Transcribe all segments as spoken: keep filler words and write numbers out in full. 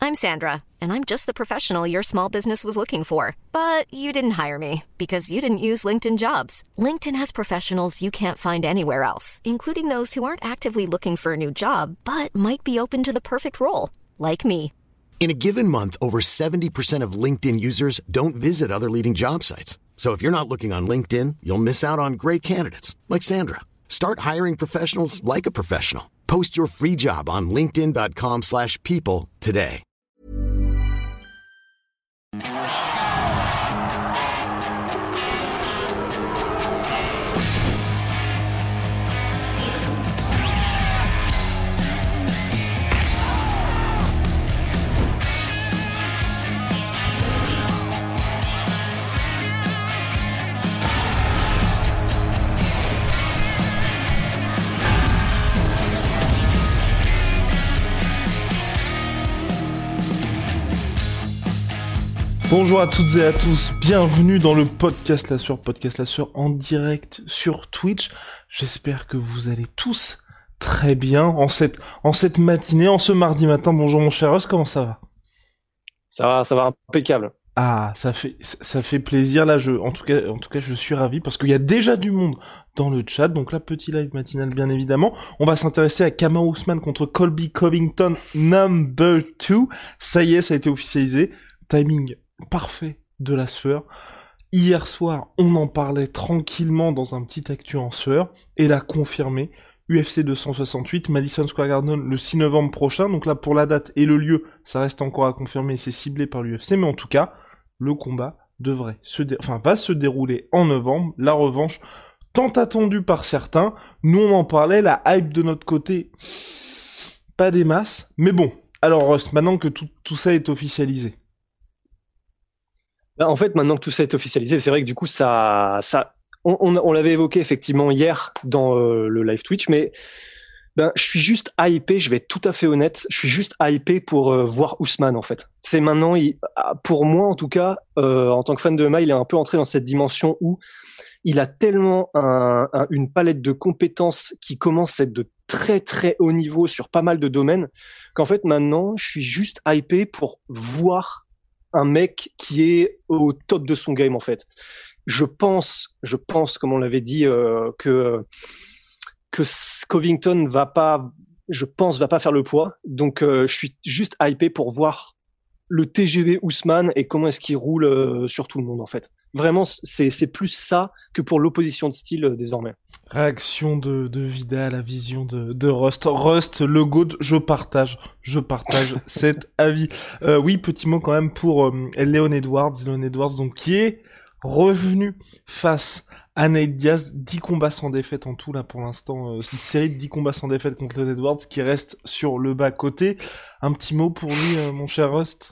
I'm Sandra, and I'm just the professional your small business was looking for. But you didn't hire me because you didn't use LinkedIn Jobs. LinkedIn has professionals you can't find anywhere else, including those who aren't actively looking for a new job, but might be open to the perfect role, like me. In a given month, over seventy percent of LinkedIn users don't visit other leading job sites. So if you're not looking on LinkedIn, you'll miss out on great candidates like Sandra. Start hiring professionals like a professional. Post your free job on linkedin.com slash people today. Bonjour à toutes et à tous, bienvenue dans le podcast La Sueur, podcast La Sueur en direct sur Twitch. J'espère que vous allez tous très bien en cette, en cette matinée, en ce mardi matin. Bonjour mon cher Ross, comment ça va? Ça va, ça va impeccable. Ah, ça fait, ça fait plaisir là. Je, en tout cas, en tout cas, je suis ravi parce qu'il y a déjà du monde dans le chat. Donc là, petit live matinal, bien évidemment. On va s'intéresser à Kamaru Usman contre Colby Covington number two. Ça y est, ça a été officialisé. Timing parfait de la sueur. Hier soir, on en parlait tranquillement dans un petit actu en sueur, et l'a confirmé. U F C deux cent soixante-huit, Madison Square Garden le six novembre prochain. Donc là, pour la date et le lieu, ça reste encore à confirmer, c'est ciblé par l'U F C, mais en tout cas, le combat devrait se dé... enfin, va se dérouler en novembre. La revanche, tant attendue par certains. Nous, on en parlait, la hype de notre côté, pas des masses. Mais bon, alors Ross, maintenant que tout, tout ça est officialisé, En fait, maintenant que tout ça est officialisé, c'est vrai que du coup, ça, ça, on, on, on l'avait évoqué effectivement hier dans euh, le live Twitch, mais ben, je suis juste hypé. Je vais être tout à fait honnête, je suis juste hypé pour euh, voir Usman en fait. C'est maintenant, il, pour moi en tout cas, euh, en tant que fan de M M A, il est un peu entré dans cette dimension où il a tellement un, un, une palette de compétences qui commence à être de très très haut niveau sur pas mal de domaines, qu'en fait maintenant, je suis juste hypé pour voir un mec qui est au top de son game en fait. Je pense, je pense comme on l'avait dit euh, que que Covington va pas, je pense va pas faire le poids. Donc euh, je suis juste hypé pour voir le T G V Usman et comment est-ce qu'il roule euh, sur tout le monde en fait. Vraiment, c'est c'est plus ça que pour l'opposition de style euh, désormais. Réaction de de Vida à la vision de de Rust. Rust, le GOAT, je partage, je partage cet avis. Euh, oui, petit mot quand même pour euh, Leon Edwards, Leon Edwards donc qui est revenu face à Nate Diaz, dix combats sans défaite en tout là pour l'instant, euh, une série de dix combats sans défaite contre Leon Edwards qui reste sur le bas côté. Un petit mot pour lui, euh, mon cher Rust.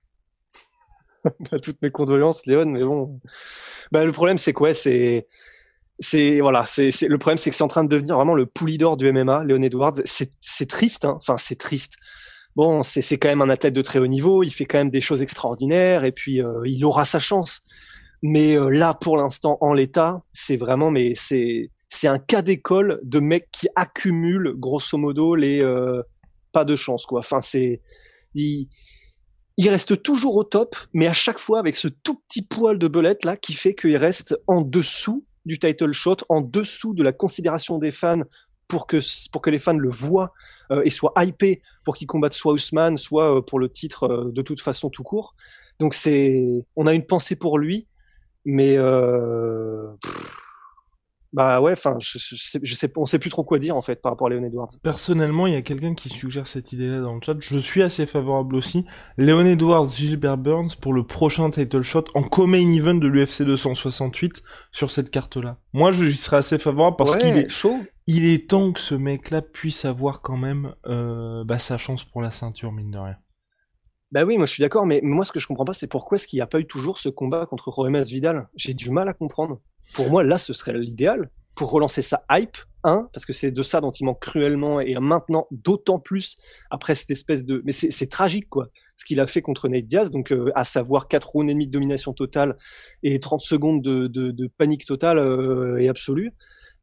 Bah, toutes mes condoléances, Léon, mais bon. Bah, le problème, c'est quoi? C'est, c'est, voilà, c'est, c'est, le problème, c'est que c'est en train de devenir vraiment le poulidor du M M A, Leon Edwards. C'est, c'est triste, hein. Enfin, c'est triste. Bon, c'est, c'est quand même un athlète de très haut niveau. Il fait quand même des choses extraordinaires et puis, euh, il aura sa chance. Mais, euh, là, pour l'instant, en l'état, c'est vraiment, mais c'est, c'est un cas d'école de mec qui accumule, grosso modo, les, euh, pas de chance, quoi. Enfin, c'est, il, Il reste toujours au top, mais à chaque fois avec ce tout petit poil de belette là qui fait qu'il reste en dessous du title shot, en dessous de la considération des fans pour que pour que les fans le voient euh, et soient hypés pour qu'ils combattent soit Usman, soit euh, pour le titre euh, de toute façon tout court. Donc c'est, on a une pensée pour lui, mais euh, pff, bah ouais, enfin, je, je, sais, je sais, on sait plus trop quoi dire en fait par rapport à Leon Edwards. Personnellement, il y a quelqu'un qui suggère cette idée-là dans le chat. Je suis assez favorable aussi. Leon Edwards, Gilbert Burns pour le prochain title shot en co-main event de l'U F C deux cent soixante-huit sur cette carte-là. Moi, je j'y serais assez favorable parce ouais, qu'il est chaud. Il est temps que ce mec-là puisse avoir quand même euh, bah, sa chance pour la ceinture, mine de rien. Bah oui, moi je suis d'accord, mais moi ce que je comprends pas, c'est pourquoi est-ce qu'il n'y a pas eu toujours ce combat contre Jorge Masvidal. J'ai du mal à comprendre. Pour moi, là, ce serait l'idéal pour relancer sa hype, hein, parce que c'est de ça dont il manque cruellement, et maintenant d'autant plus après cette espèce de... Mais c'est, c'est tragique, quoi, ce qu'il a fait contre Nate Diaz, donc euh, à savoir quatre rounds et demi de domination totale et trente secondes de, de, de panique totale euh, et absolue. Donc je,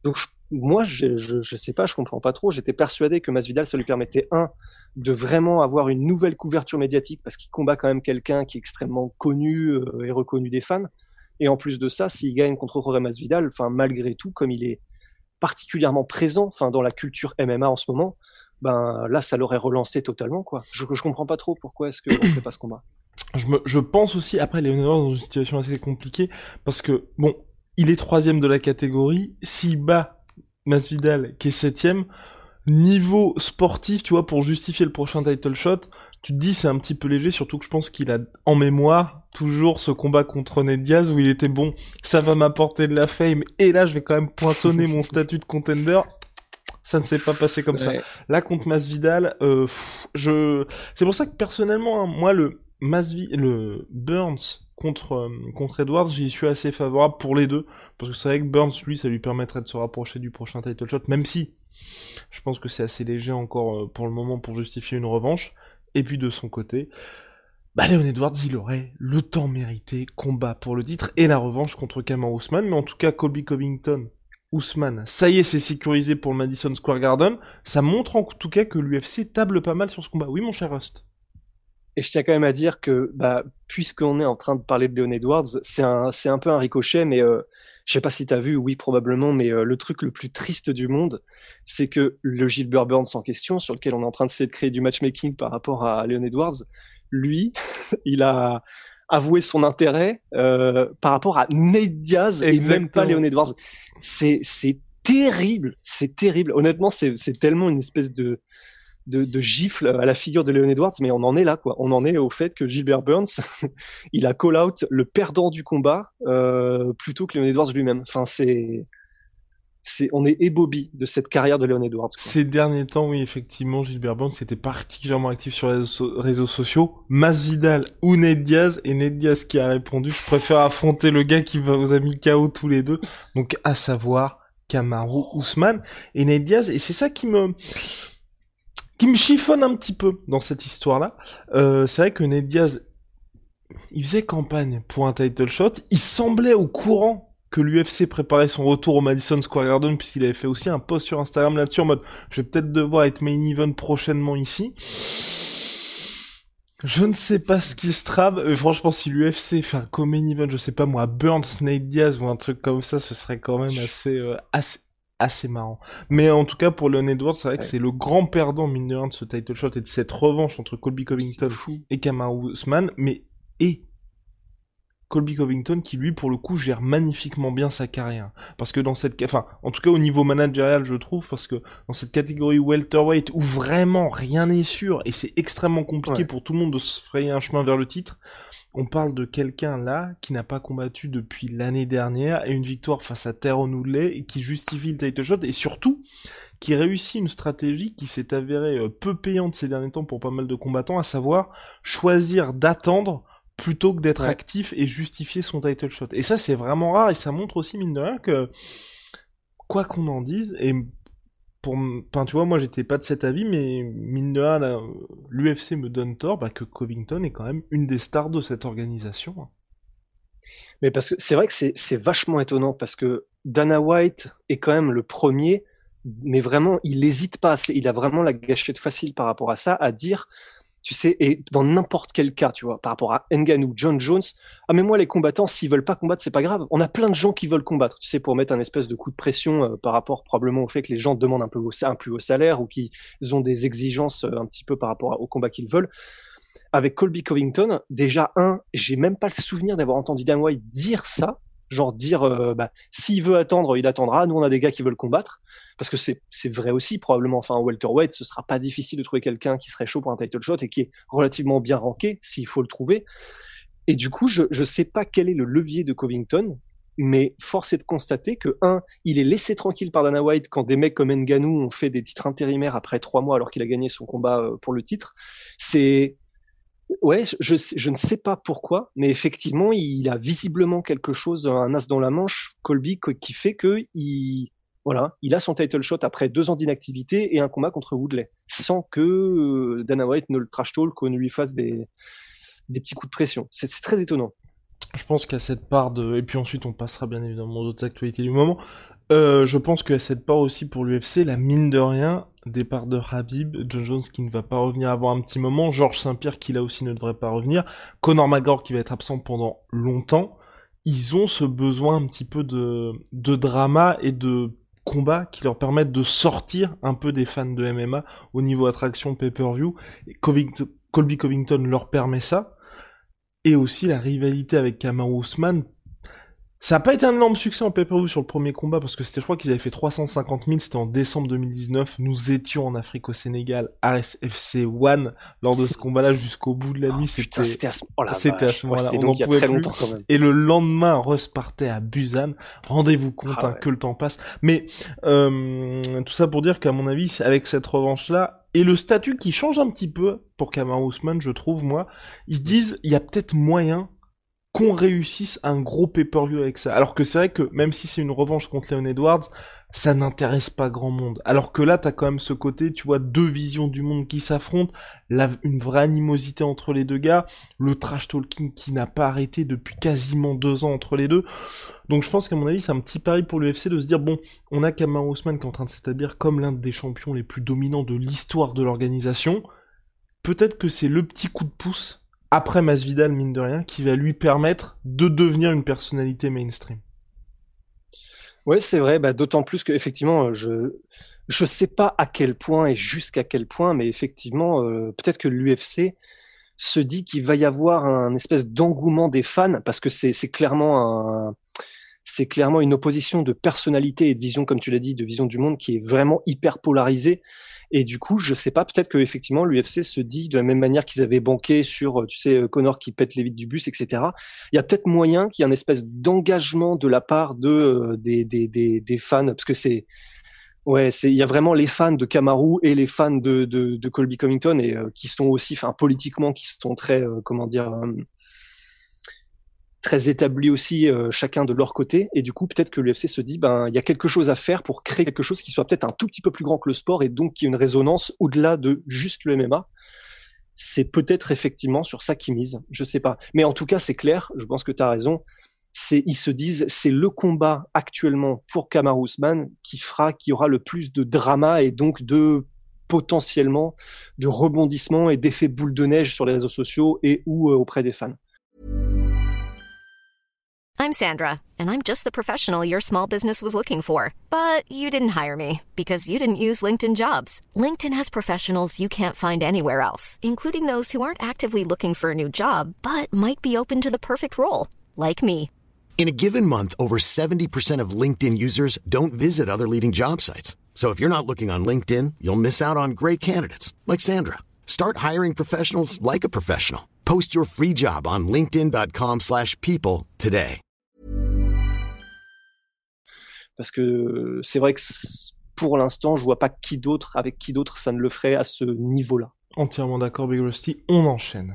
moi, je, je, je sais pas, je comprends pas trop. J'étais persuadé que Masvidal, ça lui permettait, un, de vraiment avoir une nouvelle couverture médiatique parce qu'il combat quand même quelqu'un qui est extrêmement connu euh, et reconnu des fans. Et en plus de ça, s'il gagne contre Jorge Masvidal, enfin, malgré tout, comme il est particulièrement présent, enfin, dans la culture M M A en ce moment, ben, là, ça l'aurait relancé totalement, quoi. Je, je comprends pas trop pourquoi est-ce qu'on fait pas ce combat. Je me, je pense aussi, après, Leon Edwards dans une situation assez compliquée, parce que, bon, il est troisième de la catégorie, s'il bat Masvidal, qui est septième, niveau sportif, tu vois, pour justifier le prochain title shot, tu te dis c'est un petit peu léger, surtout que je pense qu'il a en mémoire toujours ce combat contre Ned Diaz où il était bon, ça va m'apporter de la fame, et là je vais quand même poinçonner mon statut de contender. Ça ne s'est pas passé comme ouais. ça. Là, contre Masvidal, euh, pff, je, c'est pour ça que personnellement, hein, moi, le Masvidal, le Burns contre, euh, contre Edwards, j'y suis assez favorable pour les deux. Parce que c'est vrai que Burns, lui, ça lui permettrait de se rapprocher du prochain title shot, même si je pense que c'est assez léger encore euh, pour le moment pour justifier une revanche. Et puis de son côté, bah, Leon Edwards, il aurait le temps mérité, combat pour le titre et la revanche contre Kamaru Usman. Mais en tout cas, Colby Covington, Ousmane, ça y est, c'est sécurisé pour le Madison Square Garden. Ça montre en tout cas que l'U F C table pas mal sur ce combat. Oui, mon cher Rust. Et je tiens quand même à dire que, bah, puisqu'on est en train de parler de Leon Edwards, c'est un, c'est un peu un ricochet, mais euh, je sais pas si t'as vu, oui, probablement, mais euh, le truc le plus triste du monde, c'est que le Gilbert Burns en question, sur lequel on est en train d'essayer de créer du matchmaking par rapport à Leon Edwards, lui, il a avoué son intérêt euh, par rapport à Nate Diaz. Exactement. Et même pas Leon Edwards. C'est, c'est terrible, c'est terrible. Honnêtement, c'est, c'est tellement une espèce de De, de gifle à la figure de Leon Edwards, mais on en est là, quoi. On en est au fait que Gilbert Burns, il a call out le perdant du combat euh, plutôt que Leon Edwards lui-même. Enfin, c'est, c'est, on est ébobis de cette carrière de Leon Edwards, quoi. Ces derniers temps, oui, effectivement, Gilbert Burns était particulièrement actif sur les réseaux, réseaux sociaux. Masvidal ou Nate Diaz, et Nate Diaz qui a répondu, je préfère affronter le gars qui vous a mis K O tous les deux. Donc, à savoir Kamaru Usman et Nate Diaz, et c'est ça qui me qui me chiffonne un petit peu dans cette histoire-là. Euh, c'est vrai que Nate Diaz, il faisait campagne pour un title shot, il semblait au courant que l'U F C préparait son retour au Madison Square Garden, puisqu'il avait fait aussi un post sur Instagram là-dessus en mode « Je vais peut-être devoir être main event prochainement ici ». Je ne sais pas ce qui se trame, mais franchement, si l'U F C fait un co-main event, je sais pas moi, Burns, Nate Diaz ou un truc comme ça, ce serait quand même assez... Euh, assez assez marrant. Mais en tout cas, pour Leon Edwards, c'est vrai que ouais. c'est le grand perdant, mine de rien, de ce title shot et de cette revanche entre Colby Covington et Kamaru Usman, mais, et Colby Covington qui, lui, pour le coup, gère magnifiquement bien sa carrière. Parce que dans cette, enfin, en tout cas, au niveau managérial, je trouve, parce que dans cette catégorie welterweight où vraiment rien n'est sûr et c'est extrêmement compliqué ouais. pour tout le monde de se frayer un chemin vers le titre, on parle de quelqu'un là qui n'a pas combattu depuis l'année dernière et une victoire face à Tyrone Woodley et qui justifie le title shot et surtout qui réussit une stratégie qui s'est avérée peu payante ces derniers temps pour pas mal de combattants, à savoir choisir d'attendre plutôt que d'être ouais. actif et justifier son title shot. Et ça c'est vraiment rare et ça montre aussi mine de rien que quoi qu'on en dise et pour, enfin, tu vois, moi, j'étais pas de cet avis, mais mine de rien, là, l'U F C me donne tort, bah, que Covington est quand même une des stars de cette organisation. Mais parce que c'est vrai que c'est, c'est vachement étonnant parce que Dana White est quand même le premier, mais vraiment, il hésite pas. Il a vraiment la gâchette facile par rapport à ça, à dire, tu sais, et dans n'importe quel cas, tu vois, par rapport à Ngannou, John Jones, ah mais moi les combattants, s'ils veulent pas combattre, c'est pas grave. On a plein de gens qui veulent combattre, tu sais, pour mettre un espèce de coup de pression euh, par rapport probablement au fait que les gens demandent un peu au, un plus haut salaire ou qu'ils ont des exigences euh, un petit peu par rapport au combat qu'ils veulent. Avec Colby Covington, déjà un, j'ai même pas le souvenir d'avoir entendu Dan White dire ça. Genre dire, euh, bah, s'il veut attendre, il attendra. Nous, on a des gars qui veulent combattre. Parce que c'est, c'est vrai aussi, probablement. Enfin, en welterweight, ce sera pas difficile de trouver quelqu'un qui serait chaud pour un title shot et qui est relativement bien ranké, s'il faut le trouver. Et du coup, je, je sais pas quel est le levier de Covington, mais force est de constater que, un, il est laissé tranquille par Dana White quand des mecs comme Ngannou ont fait des titres intérimaires après trois mois alors qu'il a gagné son combat pour le titre. C'est, ouais, je, je ne sais pas pourquoi, mais effectivement, il a visiblement quelque chose, un as dans la manche, Colby, qui fait que il, voilà, il a son title shot après deux ans d'inactivité et un combat contre Woodley, sans que Dana White ne le trash talk ou ne lui fasse des, des petits coups de pression. C'est, c'est très étonnant. Je pense qu'à cette part de, et puis ensuite on passera bien évidemment aux autres actualités du moment. Euh, je pense que cette part aussi pour l'U F C, la mine de rien, départ de Khabib, Jon Jones qui ne va pas revenir avant un petit moment, Georges Saint-Pierre qui là aussi ne devrait pas revenir, Conor McGregor qui va être absent pendant longtemps, ils ont ce besoin un petit peu de, de drama et de combat qui leur permettent de sortir un peu des fans de M M A au niveau attraction pay-per-view, et Covington, Colby Covington leur permet ça, et aussi la rivalité avec Kamaru Usman. Ça a pas été un énorme succès en pay-per-view sur le premier combat, parce que c'était, je crois qu'ils avaient fait trois cent cinquante mille, c'était en décembre deux mille dix-neuf, nous étions en Afrique au Sénégal, à S F C One, lors de ce combat-là, jusqu'à bout de la nuit, oh, c'était, putain, c'était à ce, oh c'était à ce moment-là, ouais, on en pouvait plus. Longtemps, quand même. Et le lendemain, Russ partait à Busan, rendez-vous compte, ah, hein, ouais. que le temps passe. Mais, euh, tout ça pour dire qu'à mon avis, avec cette revanche-là, et le statut qui change un petit peu pour Kamaru Usman, je trouve, moi, ils se disent, il y a peut-être moyen qu'on réussisse un gros pay-per-view avec ça. Alors que c'est vrai que, même si c'est une revanche contre Leon Edwards, ça n'intéresse pas grand monde. Alors que là, t'as quand même ce côté, tu vois, deux visions du monde qui s'affrontent, la, une vraie animosité entre les deux gars, le trash talking qui n'a pas arrêté depuis quasiment deux ans entre les deux. Donc je pense qu'à mon avis, c'est un petit pari pour l'U F C de se dire, bon, on a Kamaru Usman qui est en train de s'établir comme l'un des champions les plus dominants de l'histoire de l'organisation. Peut-être que c'est le petit coup de pouce après Masvidal, mine de rien, qui va lui permettre de devenir une personnalité mainstream. Ouais, c'est vrai, bah, d'autant plus que effectivement, je je sais pas à quel point et jusqu'à quel point, mais effectivement, euh, peut-être que l'U F C se dit qu'il va y avoir un espèce d'engouement des fans, parce que c'est c'est clairement un c'est clairement une opposition de personnalité et de vision, comme tu l'as dit, de vision du monde qui est vraiment hyper polarisée. Et du coup, je sais pas, peut-être que effectivement l'U F C se dit de la même manière qu'ils avaient banqué sur, tu sais, Conor qui pète les vitres du bus, et cetera. Il y a peut-être moyen qu'il y ait une espèce d'engagement de la part de euh, des, des des des fans, parce que c'est ouais, c'est il y a vraiment les fans de Kamaru et les fans de de, de Colby Covington et euh, qui sont aussi, enfin politiquement, qui sont très euh, comment dire. Euh, très établis aussi, euh, chacun de leur côté, et du coup peut-être que l'U F C se dit ben il y a quelque chose à faire pour créer quelque chose qui soit peut-être un tout petit peu plus grand que le sport et donc qui ait une résonance au-delà de juste le M M A. C'est peut-être effectivement sur ça qu'ils misent, je sais pas. Mais en tout cas c'est clair, je pense que tu as raison, c'est ils se disent c'est le combat actuellement pour Kamaru Usman qui fera, qui aura le plus de drama et donc de potentiellement de rebondissements et d'effets boule de neige sur les réseaux sociaux et ou euh, auprès des fans. I'm Sandra, and I'm just the professional your small business was looking for. But you didn't hire me because you didn't use LinkedIn Jobs. LinkedIn has professionals you can't find anywhere else, including those who aren't actively looking for a new job, but might be open to the perfect role, like me. In a given month, over seventy percent of LinkedIn users don't visit other leading job sites. So if you're not looking on LinkedIn, you'll miss out on great candidates, like Sandra. Start hiring professionals like a professional. Post your free job on linkedin.com slash people today. Parce que c'est vrai que pour l'instant, je vois pas qui d'autre, avec qui d'autre ça ne le ferait à ce niveau-là. Entièrement d'accord, Big Rusty. On enchaîne.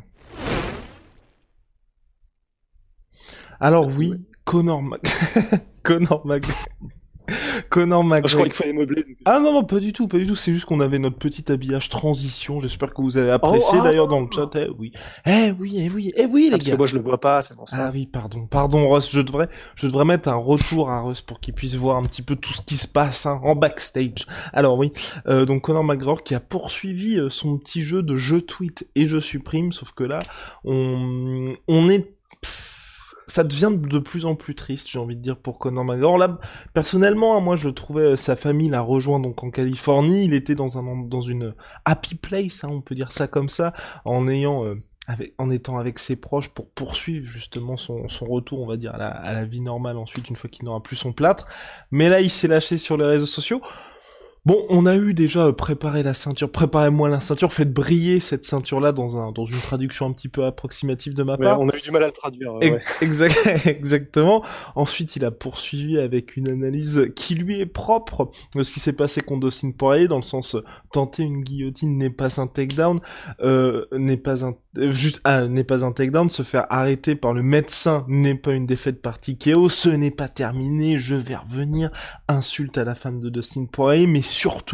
Alors oui, Conor Mac... Conor Mac... Conor McGregor. Je croyais qu'il fallait meubler. Donc... Ah non, non, pas du tout, pas du tout. C'est juste qu'on avait notre petit habillage transition. J'espère que vous avez apprécié oh, d'ailleurs ah, dans le chat. Eh oui, eh oui, eh oui, eh oui, les ah, parce gars. que moi je le vois pas, c'est pour ça. Ah oui, pardon, pardon, Russ. Je devrais, je devrais mettre un retour à Russ pour qu'il puisse voir un petit peu tout ce qui se passe hein, en backstage. Alors oui, euh, donc Conor McGregor qui a poursuivi euh, son petit jeu de je tweet et je supprime, sauf que là, on, on est ça devient de plus en plus triste, j'ai envie de dire, pour Conor McGregor. Là, personnellement, moi, je trouvais sa famille l'a rejoint donc en Californie. Il était dans un dans une happy place, hein, on peut dire ça comme ça, en ayant euh, avec, en étant avec ses proches pour poursuivre justement son son retour, on va dire, à la, à la vie normale ensuite, une fois qu'il n'aura plus son plâtre. Mais là, il s'est lâché sur les réseaux sociaux. Bon, on a eu déjà préparé la ceinture, préparez-moi la ceinture, faites briller cette ceinture-là dans un dans une traduction un petit peu approximative de ma ouais, part. On a eu du mal à le traduire. Ouais. Exact, exactement. Ensuite, il a poursuivi avec une analyse qui lui est propre de ce qui s'est passé contre Dustin Poirier, dans le sens tenter une guillotine n'est pas un takedown, euh, n'est pas un euh, juste ah, n'est pas un takedown, se faire arrêter par le médecin n'est pas une défaite par T K O, ce n'est pas terminé, je vais revenir, insulte à la femme de Dustin Poirier, mais surtout,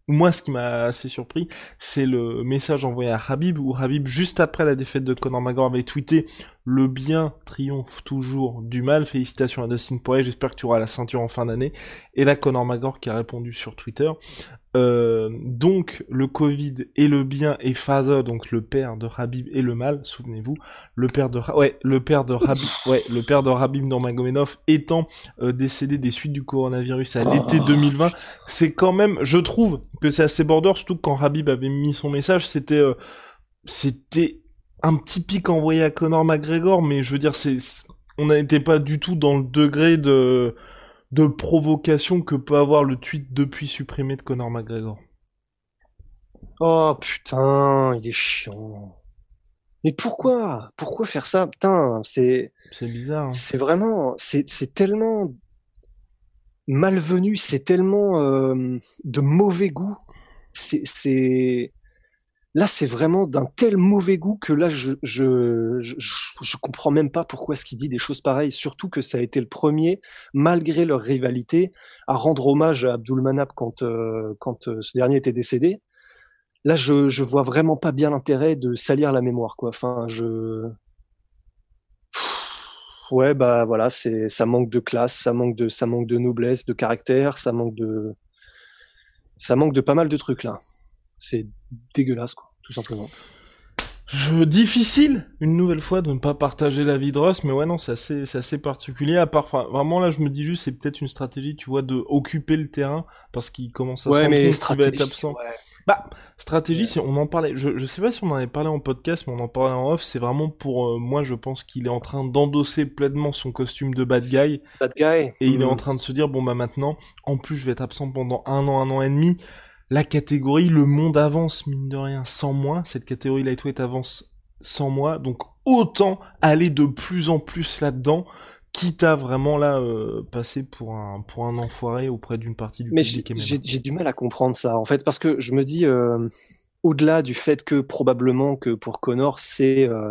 moi, ce qui m'a assez surpris, c'est le message envoyé à Khabib, où Khabib, juste après la défaite de Conor McGregor, avait tweeté « Le bien triomphe toujours du mal, félicitations à Dustin Poirier, j'espère que tu auras la ceinture en fin d'année. » Et là, Conor McGregor qui a répondu sur Twitter euh, donc le Covid et le bien et Father, donc le père de Khabib et le mal, souvenez-vous, le père de ouais, le père de Khabib, ouais, le père de Khabib Nurmagomedov étant euh, décédé des suites du coronavirus à l'été deux mille vingt, c'est quand même, je trouve que c'est assez border, surtout que quand Khabib avait mis son message, c'était euh, c'était un petit pic envoyé à Conor McGregor, mais je veux dire, c'est on n'était pas du tout dans le degré de de provocation que peut avoir le tweet depuis supprimé de Conor McGregor. Oh putain, il est chiant. Mais pourquoi? Pourquoi faire ça? Putain, c'est... C'est bizarre. Hein. C'est vraiment... C'est, c'est tellement malvenu, c'est tellement euh, de mauvais goût. C'est... c'est... Là, c'est vraiment d'un tel mauvais goût que là, je je, je je comprends même pas pourquoi est-ce qu'il dit des choses pareilles. Surtout que ça a été le premier, malgré leur rivalité, à rendre hommage à Abdulmanap quand euh, quand euh, ce dernier était décédé. Là, je je vois vraiment pas bien l'intérêt de salir la mémoire, quoi. Enfin, je ouais, bah voilà, c'est ça manque de classe, ça manque de ça manque de noblesse, de caractère, ça manque de ça manque de pas mal de trucs là. C'est dégueulasse, quoi, tout simplement. Je, difficile, une nouvelle fois, de ne pas partager l'avis de Russ, mais ouais, non, c'est assez, c'est assez particulier, à part, enfin, vraiment, là, je me dis juste, c'est peut-être une stratégie, tu vois, de occuper le terrain, parce qu'il commence à ouais, se rendre compte qu'il va être absent. Ouais. Bah, stratégie, ouais. c'est, on en parlait, je, je sais pas si on en avait parlé en podcast, mais on en parlait en off, c'est vraiment pour, euh, moi, je pense qu'il est en train d'endosser pleinement son costume de bad guy. Bad guy. Et mmh. il est en mmh. train de se dire, bon, bah, maintenant, en plus, je vais être absent pendant un an, un an et demi, la catégorie, le monde avance, mine de rien, sans moi. Cette catégorie lightweight avance sans moi. Donc, autant aller de plus en plus là-dedans, quitte à vraiment, là, euh, passer pour un, pour un enfoiré auprès d'une partie du Mais public. Mais j'ai, j'ai du mal à comprendre ça, en fait, parce que je me dis, euh, au-delà du fait que, probablement, que pour Conor, c'est... Euh,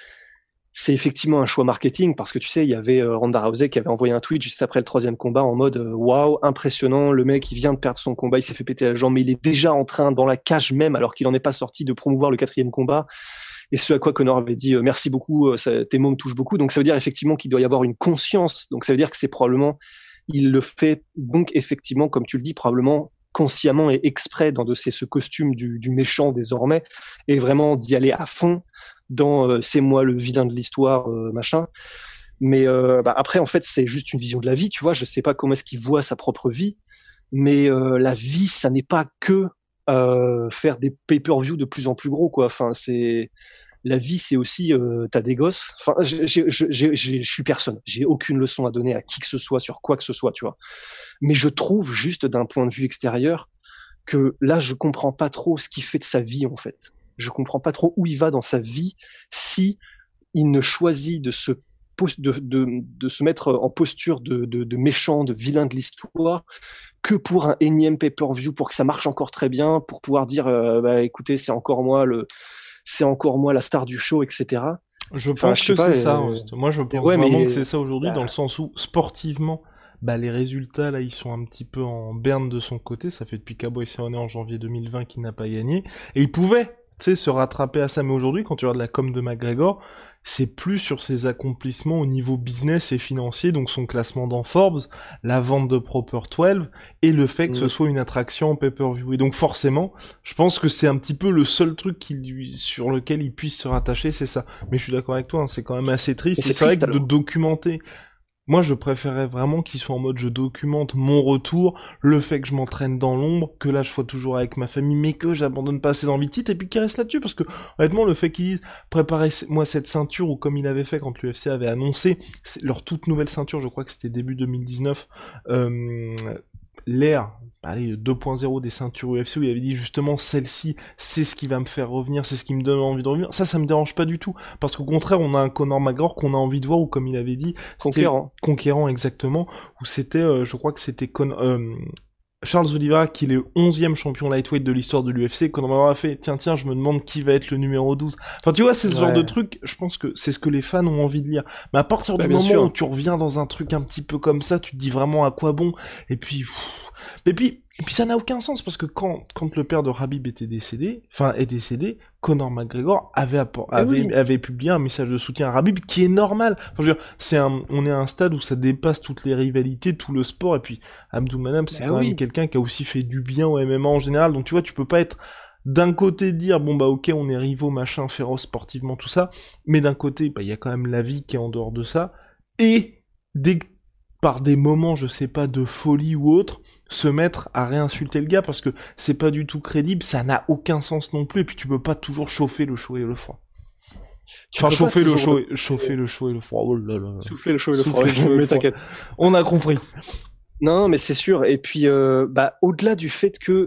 c'est effectivement un choix marketing parce que tu sais, il y avait euh, Ronda Rousey qui avait envoyé un tweet juste après le troisième combat en mode waouh, wow, impressionnant, le mec il vient de perdre son combat, il s'est fait péter la jambe, mais il est déjà en train dans la cage même alors qu'il en est pas sorti de promouvoir le quatrième combat. Et ce à quoi Conor avait dit euh, merci beaucoup, euh, ça, tes mots me touchent beaucoup. Donc ça veut dire effectivement qu'il doit y avoir une conscience. Donc ça veut dire que c'est probablement il le fait donc effectivement comme tu le dis probablement consciemment et exprès dans de ces, ce costume du, du méchant désormais et vraiment d'y aller à fond dans euh, c'est moi le vilain de l'histoire euh, machin. Mais euh, bah, après en fait c'est juste une vision de la vie, tu vois. Je sais pas comment est-ce qu'il voit sa propre vie, mais euh, la vie ça n'est pas que euh, faire des pay-per-view de plus en plus gros, quoi. Enfin c'est la vie, c'est aussi euh, t'as des gosses. Enfin, j'ai, j'ai, j'ai, j'ai, je suis personne. J'ai aucune leçon à donner à qui que ce soit sur quoi que ce soit, tu vois. Mais je trouve juste d'un point de vue extérieur que là, je comprends pas trop ce qu'il fait de sa vie en fait. Je comprends pas trop où il va dans sa vie si il ne choisit de se de, de, de se mettre en posture de, de, de méchant, de vilain de l'histoire, que pour un énième pay-per-view, pour que ça marche encore très bien, pour pouvoir dire, euh, bah écoutez, c'est encore moi le c'est encore moi la star du show, et cetera. Je pense enfin, je que pas, c'est euh... ça. Moi, je pense ouais, vraiment mais... que c'est ça aujourd'hui, bah... dans le sens où, sportivement, bah, les résultats, là, ils sont un petit peu en berne de son côté. Ça fait depuis Cowboy Cerrone en janvier deux mille vingt qu'il n'a pas gagné. Et il pouvait, tu sais, se rattraper à ça. Mais aujourd'hui, quand tu regardes la com de McGregor, c'est plus sur ses accomplissements au niveau business et financier, donc son classement dans Forbes, la vente de Proper douze, et le fait que mmh. ce soit une attraction en pay-per-view. Et donc forcément, je pense que c'est un petit peu le seul truc qui lui, sur lequel il puisse se rattacher, c'est ça. Mais je suis d'accord avec toi, hein, c'est quand même assez triste. Et c'est, c'est triste, vrai que alors. de documenter... Moi, je préférais vraiment qu'il soit en mode je documente mon retour, le fait que je m'entraîne dans l'ombre, que là je sois toujours avec ma famille, mais que j'abandonne pas ses envies de titre, et puis qu'il reste là-dessus, parce que honnêtement, le fait qu'ils disent préparez-moi cette ceinture, ou comme il avait fait quand l'U F C avait annoncé leur toute nouvelle ceinture, je crois que c'était début deux mille dix-neuf, euh, l'ère, allez, deux point zéro des ceintures U F C, où il avait dit justement celle-ci, c'est ce qui va me faire revenir, c'est ce qui me donne envie de revenir. Ça, ça me dérange pas du tout, parce qu'au contraire, on a un Conor McGregor qu'on a envie de voir, ou comme il avait dit, conquérant, conquérant exactement, où c'était, euh, je crois que c'était Con- euh, Charles Oliveira qui est le onzième champion lightweight de l'histoire de l'U F C. Conor McGregor a fait, tiens, tiens, je me demande qui va être le numéro douze. Enfin, tu vois, c'est ce ouais. genre de truc, je pense que c'est ce que les fans ont envie de lire. Mais à partir bah, du moment sûr. où tu reviens dans un truc un petit peu comme ça, tu te dis vraiment à quoi bon, et puis... Pff, Et puis, et puis ça n'a aucun sens parce que quand, quand le père de Khabib était décédé, enfin est décédé, Conor McGregor avait apport, Eh avait, oui. avait publié un message de soutien à Khabib qui est normal. Enfin, je veux dire, c'est un, on est à un stade où ça dépasse toutes les rivalités, tout le sport. Et puis Abdulmanap, c'est Eh quand oui. même quelqu'un qui a aussi fait du bien au M M A en général. Donc tu vois, tu peux pas être d'un côté dire bon bah ok on est rivaux machin féroce sportivement tout ça, mais d'un côté bah il y a quand même la vie qui est en dehors de ça et dès que par des moments, je sais pas, de folie ou autre, se mettre à réinsulter le gars parce que c'est pas du tout crédible, ça n'a aucun sens non plus, et puis tu peux pas toujours chauffer le chaud et le froid. Tu Enfin, peux pas chauffer le toujours chaud, et, chauffer le chaud et le froid, oh là là. Souffler le chaud et le Souffler froid, le chaud et le mais froid. t'inquiète. On a compris. Non, mais c'est sûr. Et puis, euh, bah, au-delà du fait que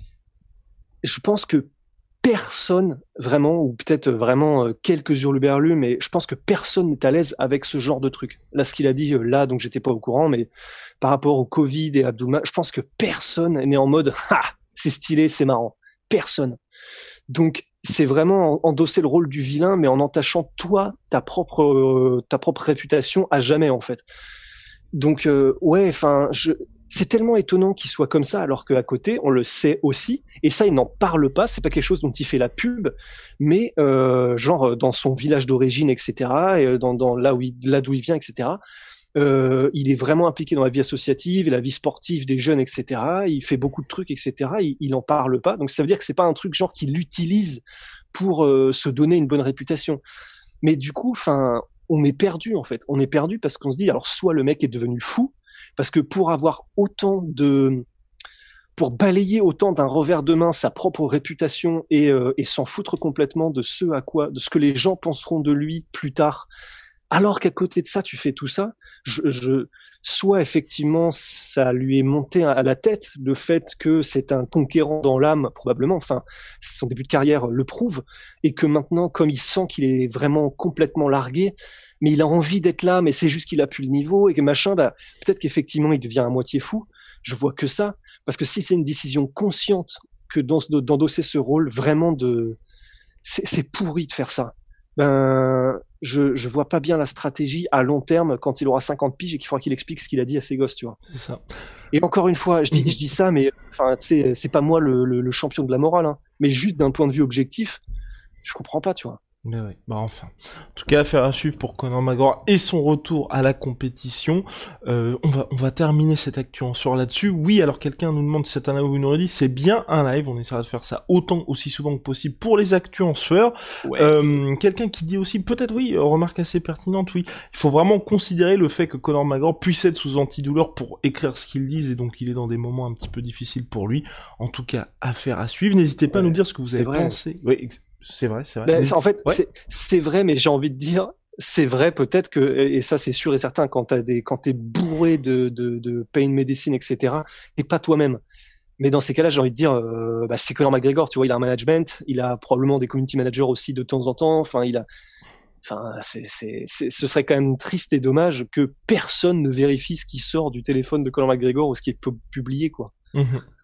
je pense que personne vraiment, ou peut-être vraiment euh, quelques hurluberlus, mais je pense que personne n'est à l'aise avec ce genre de truc. Là, ce qu'il a dit euh, là, donc j'étais pas au courant, mais par rapport au Covid et Abdullah, je pense que personne n'est en mode ah, c'est stylé, c'est marrant. Personne. Donc c'est vraiment endosser le rôle du vilain, mais en entachant toi ta propre euh, ta propre réputation à jamais en fait. Donc euh, ouais, enfin je c'est tellement étonnant qu'il soit comme ça, alors qu'à côté, on le sait aussi, et ça, il n'en parle pas, c'est pas quelque chose dont il fait la pub, mais euh, genre dans son village d'origine, et cetera, et dans, dans là où il, là d'où il vient, et cetera. Euh, il est vraiment impliqué dans la vie associative et la vie sportive des jeunes, et cetera. Il fait beaucoup de trucs, et cetera. Il, il en parle pas, donc ça veut dire que c'est pas un truc genre qu'il utilise pour euh, se donner une bonne réputation. Mais du coup, enfin, on est perdu en fait. On est perdu parce qu'on se dit, alors soit le mec est devenu fou. Parce que pour avoir autant de, pour balayer autant d'un revers de main sa propre réputation et, euh, et s'en foutre complètement de ce à quoi, de ce que les gens penseront de lui plus tard, alors qu'à côté de ça tu fais tout ça, je, je, soit effectivement ça lui est monté à la tête le fait que c'est un conquérant dans l'âme probablement, enfin son début de carrière le prouve, et que maintenant comme il sent qu'il est vraiment complètement largué, mais il a envie d'être là, mais c'est juste qu'il a plus le niveau et que machin, bah peut-être qu'effectivement il devient à moitié fou. Je vois que ça, parce que si c'est une décision consciente que d'endosser ce rôle vraiment de, c'est, c'est pourri de faire ça. Ben je je vois pas bien la stratégie à long terme quand il aura cinquante piges et qu'il faudra qu'il explique ce qu'il a dit à ses gosses, tu vois. C'est ça. Et encore une fois, je dis je dis ça, mais enfin c'est c'est pas moi le, le le champion de la morale, hein, mais juste d'un point de vue objectif, je comprends pas, tu vois. Mais oui, bah enfin. En tout cas, affaire à suivre pour Conor McGregor et son retour à la compétition. Euh, on va, on va terminer cette actu en soir là-dessus. Oui, alors quelqu'un nous demande si c'est un live ou une redit. C'est bien un live. On essaiera de faire ça autant, aussi souvent que possible pour les actus en sueur. Ouais. Euh, quelqu'un qui dit aussi, peut-être oui, remarque assez pertinente, oui. Il faut vraiment considérer le fait que Conor McGregor puisse être sous antidouleur pour écrire ce qu'il dit, et donc il est dans des moments un petit peu difficiles pour lui. En tout cas, affaire à suivre. N'hésitez pas ouais, à nous dire ce que vous avez vrai. pensé. Oui, c'est vrai, c'est vrai. Ben, en fait, ouais. c'est, c'est vrai, mais j'ai envie de dire, c'est vrai peut-être que, et ça c'est sûr et certain, quand t'as des, quand t'es bourré de, de, de pain medicine, et cetera, t'es pas toi-même. Mais dans ces cas-là, j'ai envie de dire, euh, bah, c'est Conor McGregor, tu vois, il a un management, il a probablement des community managers aussi de temps en temps, enfin, il a, enfin, c'est, c'est, c'est, ce serait quand même triste et dommage que personne ne vérifie ce qui sort du téléphone de Conor McGregor ou ce qui est publié, quoi. Mmh.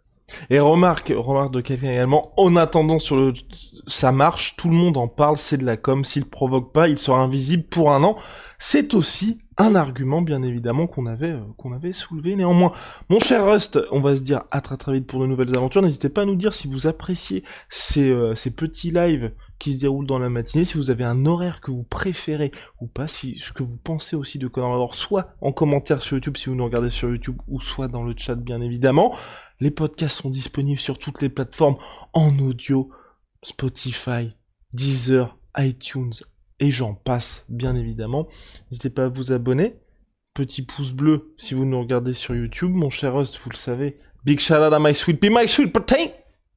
Et remarque, remarque de quelqu'un également, en attendant sur le, ça marche, tout le monde en parle, c'est de la com, s'il provoque pas, il sera invisible pour un an. C'est aussi un argument, bien évidemment, qu'on avait, euh, qu'on avait soulevé néanmoins. Mon cher Rust, on va se dire à très très vite pour de nouvelles aventures. N'hésitez pas à nous dire si vous appréciez ces, euh, ces petits lives qui se déroulent dans la matinée, si vous avez un horaire que vous préférez ou pas, si ce que vous pensez aussi de Conor McGregor, soit en commentaire sur YouTube si vous nous regardez sur YouTube, ou soit dans le chat bien évidemment. Les podcasts sont disponibles sur toutes les plateformes en audio, Spotify, Deezer, iTunes et j'en passe bien évidemment. N'hésitez pas à vous abonner, petit pouce bleu si vous nous regardez sur YouTube. Mon cher Rust, vous le savez, big shout out à my sweet pea, my sweet protein.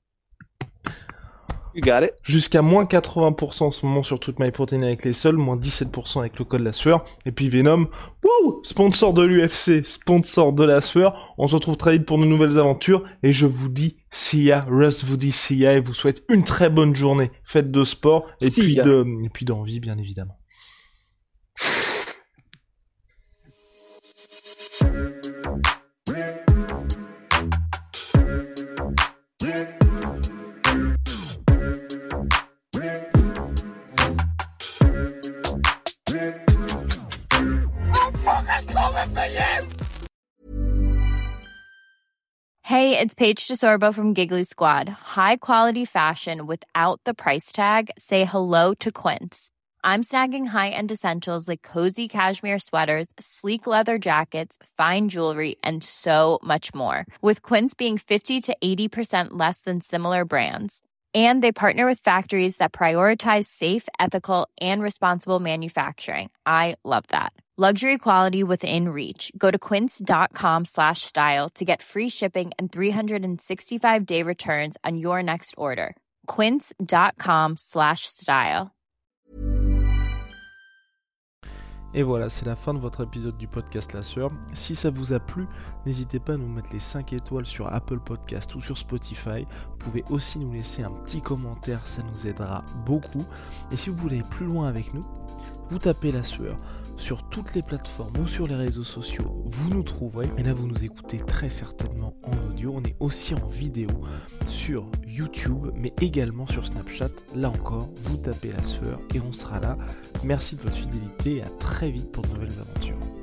You got it. Jusqu'à moins quatre-vingts pour cent en ce moment sur toute MyProtein avec les seuls, moins dix-sept pour cent avec le code la sueur. Et puis Venom, wouh, sponsor de l'U F C, sponsor de la sueur. On se retrouve très vite pour de nouvelles aventures. Et je vous dis, see ya, Russ vous dit see ya et vous souhaite une très bonne journée. Faites de sport et See puis ya. de, et puis d'envie, bien évidemment. Hey, it's Paige DeSorbo from Giggly Squad. High quality fashion without the price tag. Say hello to Quince. I'm snagging high-end essentials like cozy cashmere sweaters, sleek leather jackets, fine jewelry, and so much more. With Quince being fifty to eighty percent less than similar brands. And they partner with factories that prioritize safe, ethical, and responsible manufacturing. I love that. Luxury quality within reach. Go to quince.com slash style to get free shipping and three sixty-five day returns on your next order. Quince.com slash style. Et voilà, c'est la fin de votre épisode du podcast La Sueur. Si ça vous a plu, n'hésitez pas à nous mettre les cinq étoiles sur Apple Podcast ou sur Spotify. Vous pouvez aussi nous laisser un petit commentaire, ça nous aidera beaucoup. Et si vous voulez aller plus loin avec nous, vous tapez La Sueur sur toutes les plateformes ou sur les réseaux sociaux, vous nous trouverez. Et là, vous nous écoutez très certainement en audio. On est aussi en vidéo sur YouTube, mais également sur Snapchat. Là encore, vous tapez La Sueur et on sera là. Merci de votre fidélité et à très vite pour de nouvelles aventures.